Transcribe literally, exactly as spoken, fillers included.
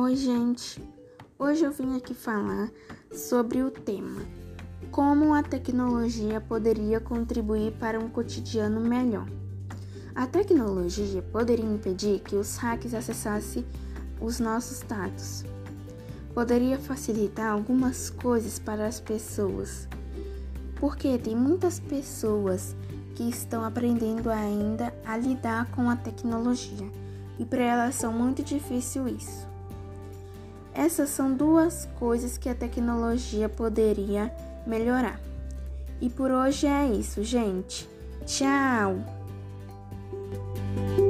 Oi, gente! Hoje eu vim aqui falar sobre o tema: como a tecnologia poderia contribuir para um cotidiano melhor. A tecnologia poderia impedir que os hackers acessassem os nossos dados. Poderia facilitar algumas coisas para as pessoas, porque tem muitas pessoas que estão aprendendo ainda a lidar com a tecnologia e para elas são muito difícil isso. Essas são duas coisas que a tecnologia poderia melhorar. E por hoje é isso, gente. Tchau!